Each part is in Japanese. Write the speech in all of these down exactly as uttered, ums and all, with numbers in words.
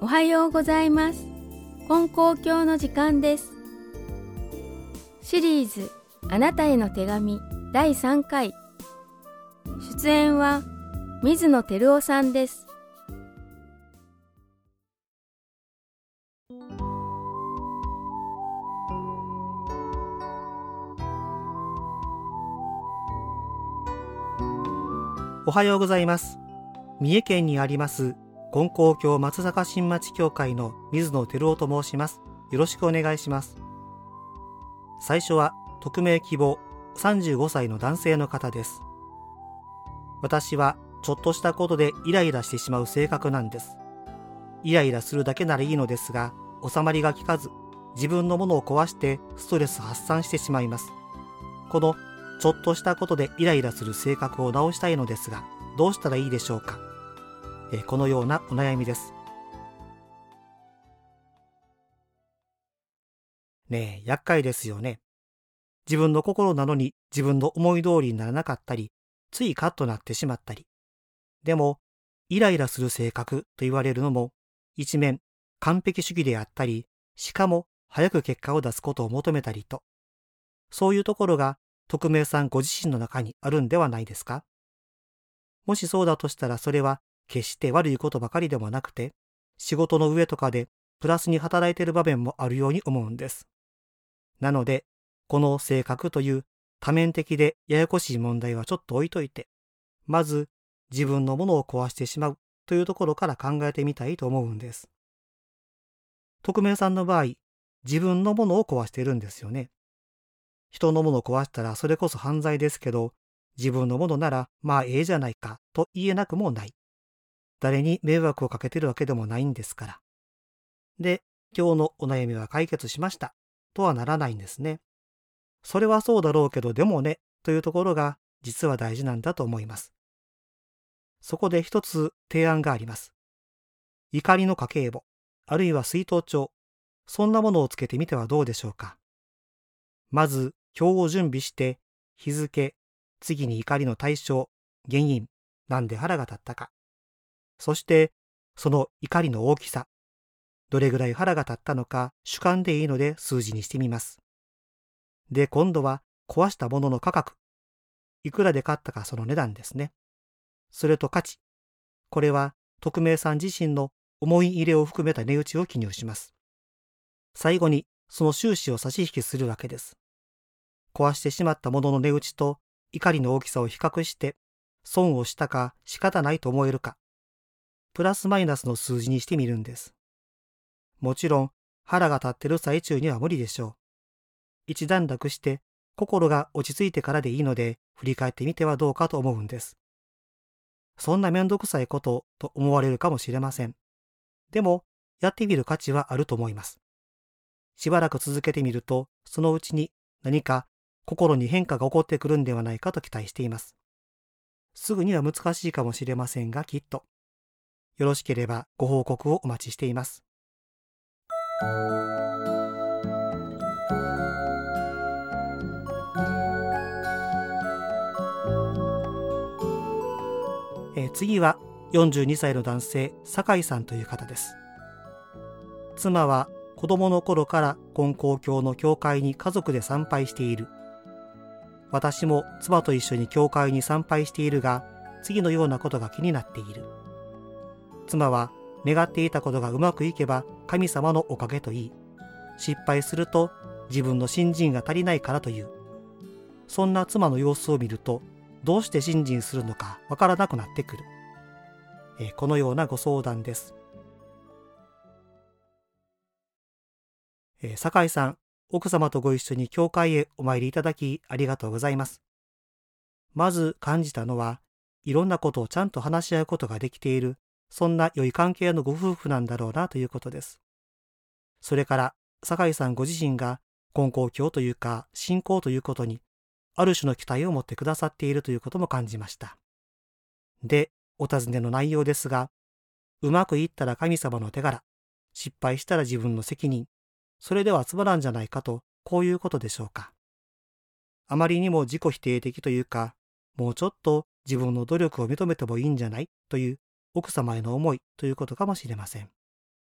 はようございます。金光教の時間です。シリーズあなたへの手紙だいさんかい。出演は水野照夫さんです。 おはようございます。三重県にあります金光教松坂新町教会の水野照夫と申します。よろしくお願いします。最初は匿名希望さんじゅうごさいの男性の方です。私はちょっとしたことでイライラしてしまう性格なんです。イライラするだけならいいのですが、収まりがきかず、自分のものを壊してストレス発散してしまいます。このちょっとしたことでイライラする性格を直したいのですが、どうしたらいいでしょうか。えこのようなお悩みです。ねえ、厄介ですよね。自分の心なのに自分の思い通りにならなかったり、ついカッとなってしまったり。でも、イライラする性格と言われるのも、一面完璧主義であったり、しかも早く結果を出すことを求めたりと、そういうところが匿名さんご自身の中にあるんではないですか。もしそうだとしたら、それは決して悪いことばかりでもなくて、仕事の上とかでプラスに働いている場面もあるように思うんです。なので、この性格という多面的でややこしい問題はちょっと置いといて、まず自分のものを壊してしまうというところから考えてみたいと思うんです。匿名さんの場合、自分のものを壊しているんですよね。人のものを壊したらそれこそ犯罪ですけど、自分のものならまあええじゃないかと言えなくもない。誰に迷惑をかけてるわけでもないんですから。で、今日のお悩みは解決しましたとはならないんですね。それはそうだろうけど、でもねというところが実は大事なんだと思います。そこで一つ提案があります。怒りの家計簿、あるいは水筒帳、そんなものをつけてみてはどうでしょうか。まず表を準備して、日付、次に怒りの対象、原因、なんで腹が立ったか。そしてその怒りの大きさ、どれぐらい腹が立ったのか主観でいいので数字にしてみます。で、今度は壊したものの価格、いくらで買ったかその値段ですね。それと価値、これは匿名さん自身の思い入れを含めた値打ちを記入します。最後にその収支を差し引きするわけです。壊してしまったものの値打ちと怒りの大きさを比較して、損をしたか仕方ないと思えるか、プラスマイナスの数字にしてみるんです。もちろん腹が立ってる最中には無理でしょう。一段落して心が落ち着いてからでいいので、振り返ってみてはどうかと思うんです。そんなめんどくさいことと思われるかもしれません。でもやってみる価値はあると思います。しばらく続けてみると、そのうちに何か心に変化が起こってくるんではないかと期待しています。すぐには難しいかもしれませんが、きっと。よろしければご報告をお待ちしています。えー、次はよんじゅうにさいの男性、酒井さんという方です。妻は子供の頃から金光教の教会に家族で参拝している。私も妻と一緒に教会に参拝しているが、次のようなことが気になっている。妻は願っていたことがうまくいけば神様のおかげと言い、失敗すると自分の信心が足りないからという。そんな妻の様子を見ると、どうして信心するのかわからなくなってくる。えー、このようなご相談です。えー、酒井さん、奥様とご一緒に教会へお参りいただきありがとうございます。まず感じたのは、いろんなことをちゃんと話し合うことができている、そんな良い関係のご夫婦なんだろうなということです。それから、酒井さんご自身が金光教というか信仰ということに、ある種の期待を持ってくださっているということも感じました。で、お尋ねの内容ですが、うまくいったら神様の手柄、失敗したら自分の責任、それではつまらんじゃないかと、こういうことでしょうか。あまりにも自己否定的というか、もうちょっと自分の努力を認めてもいいんじゃないという奥様への思いということかもしれません。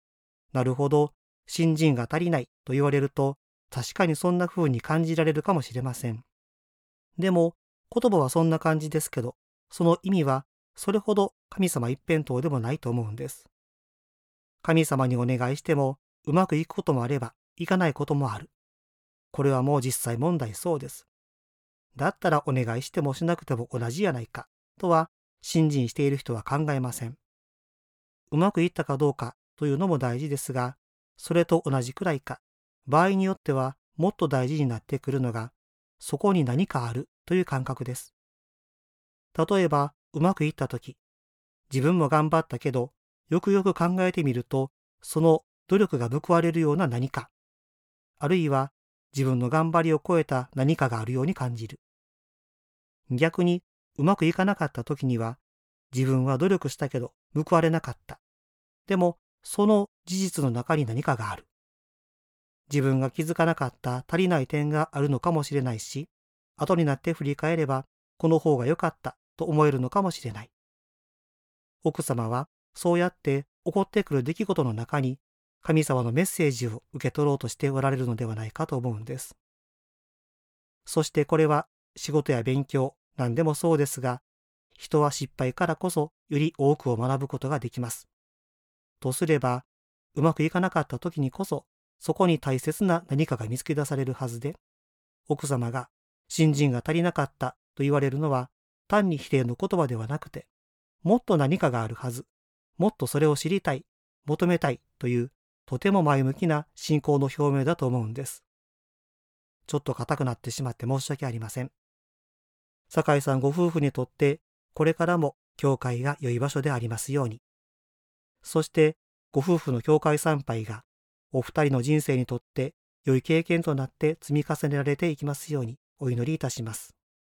なるほど、信心が足りないと言われると、確かにそんな風に感じられるかもしれません。でも、言葉はそんな感じですけど、その意味はそれほど神様一辺倒でもないと思うんです。神様にお願いしてもうまくいくこともあればいかないこともある。これはもう実際問題そうです。だったらお願いしてもしなくても同じやないかとは信心している人は考えません。うまくいったかどうかというのも大事ですが、それと同じくらいか、場合によってはもっと大事になってくるのが、そこに何かあるという感覚です。例えば、うまくいったとき、自分も頑張ったけど、よくよく考えてみると、その努力が報われるような何か、あるいは自分の頑張りを超えた何かがあるように感じる。逆に、うまくいかなかったときには、自分は努力したけど報われなかった。でも、その事実の中に何かがある。自分が気づかなかった足りない点があるのかもしれないし、後になって振り返れば、この方が良かったと思えるのかもしれない。奥様は、そうやって起こってくる出来事の中に、神様のメッセージを受け取ろうとしておられるのではないかと思うんです。そしてこれは仕事や勉強、何でもそうですが、人は失敗からこそより多くを学ぶことができます。とすれば、うまくいかなかった時にこそ、そこに大切な何かが見つけ出されるはずで、奥様が信心が足りなかったと言われるのは、単に否定の言葉ではなくて、もっと何かがあるはず、もっとそれを知りたい、求めたいという、とても前向きな信仰の表明だと思うんです。ちょっと硬くなってしまって申し訳ありません。酒井さんご夫婦にとって、これからも教会が良い場所でありますように。そして、ご夫婦の教会参拝が、お二人の人生にとって良い経験となって積み重ねられていきますようにお祈りいたします。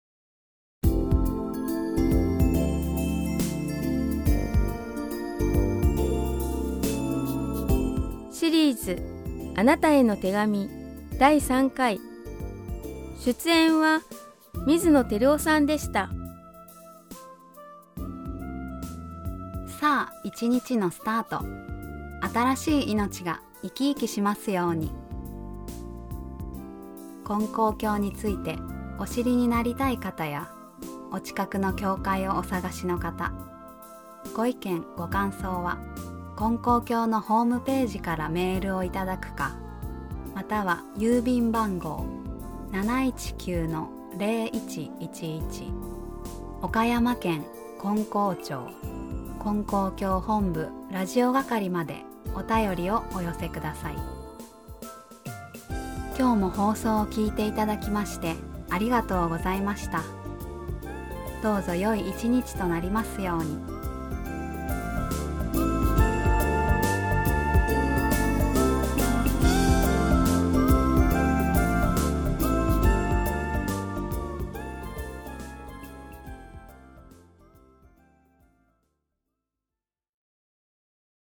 シリーズあなたへの手紙だいさんかい、出演は水野照夫さんでした。 さあ一日のスタート、新しい命が生き生きしますように。金光教についてお知りになりたい方や、お近くの教会をお探しの方、ご意見ご感想は金光教のホームページからメールをいただくか、または郵便番号 なないちきゅうのぜろいちいちいち 岡山県金光町金光教本部ラジオ係までお便りをお寄せください。今日も放送を聞いていただきましてありがとうございました。どうぞ良い一日となりますように。